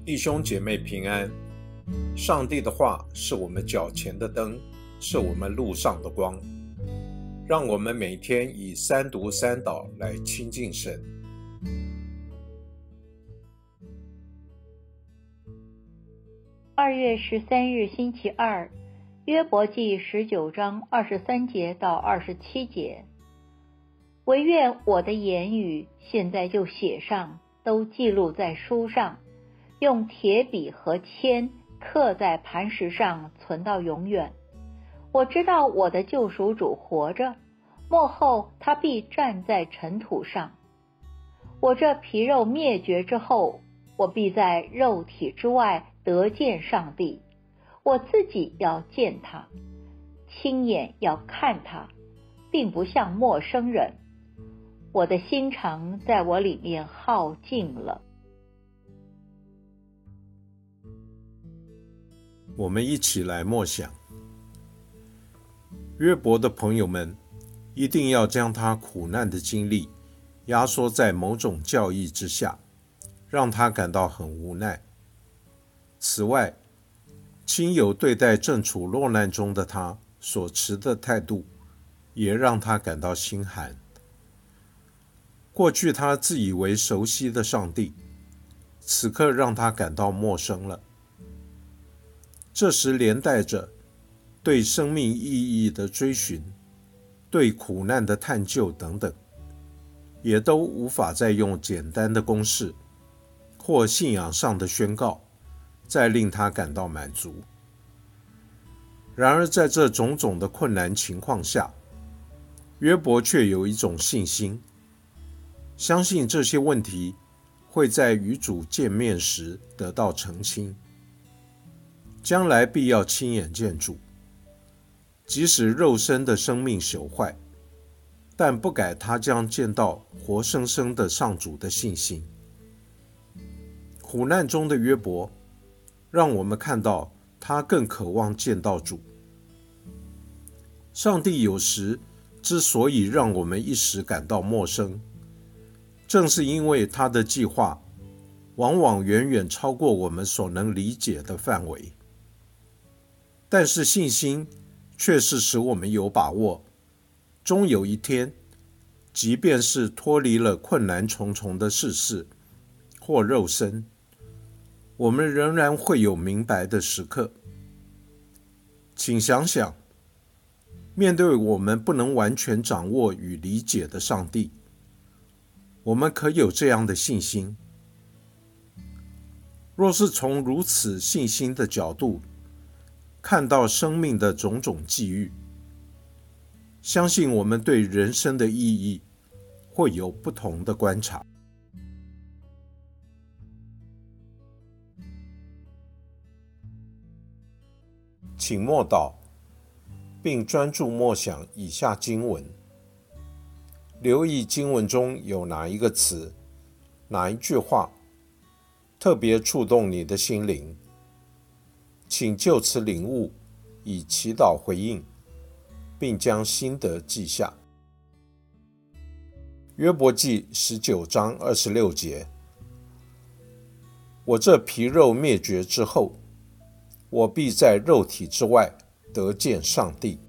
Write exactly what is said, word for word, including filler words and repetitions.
弟兄姐妹平安。上帝的话是我们脚前的灯，是我们路上的光。让我们每天以三读三祷来亲近神。 二月十三日星期二，约伯记十九章二十三节到二十七节。惟愿我的言语现在就写上，都记录在书上，用铁笔和铅刻在磐石上，存到永远。我知道我的救赎主活着，末后他必站在尘土上。我这皮肉灭绝之后，我必在肉体之外得见上帝。我自己要见他，亲眼要看他，并不像陌生人。我的心肠在我里面耗尽了。 我们一起来默想。约伯的朋友们一定要将他苦难的经历压缩在某种教义之下，让他感到很无奈。此外，亲友对待正处落难中的他所持的态度，也让他感到心寒。过去他自以为熟悉的上帝，此刻让他感到陌生了。这时连带着对生命意义的追寻，对苦难的探究等等，也都无法再用简单的公式或信仰上的宣告再令他感到满足。然而在这种种的困难情况下，约伯却有一种信心，相信这些问题会在与主见面时得到澄清，将来必要亲眼见主。即使肉身的生命朽坏，但不改他将见到活生生的上主的信心。苦难中的约伯让我们看到他更渴望见到主。上帝有时之所以让我们一时感到陌生，正是因为他的计划往往远远超过我们所能理解的范围。但是信心却是使我们有把握，终有一天，即便是脱离了困难重重的世事或肉身，我们仍然会有明白的时刻。请想想，面对我们不能完全掌握与理解的上帝，我们可有这样的信心？若是从如此信心的角度看到生命的种种际遇，相信我们对人生的意义会有不同的观察。请默祷，并专注默想以下经文，留意经文中有哪一个词、哪一句话特别触动你的心灵，请就此领悟，以祈祷回应，并将心得记下。约伯记十九章二十六节：我这皮肉灭绝之后，我必在肉体之外得见上帝。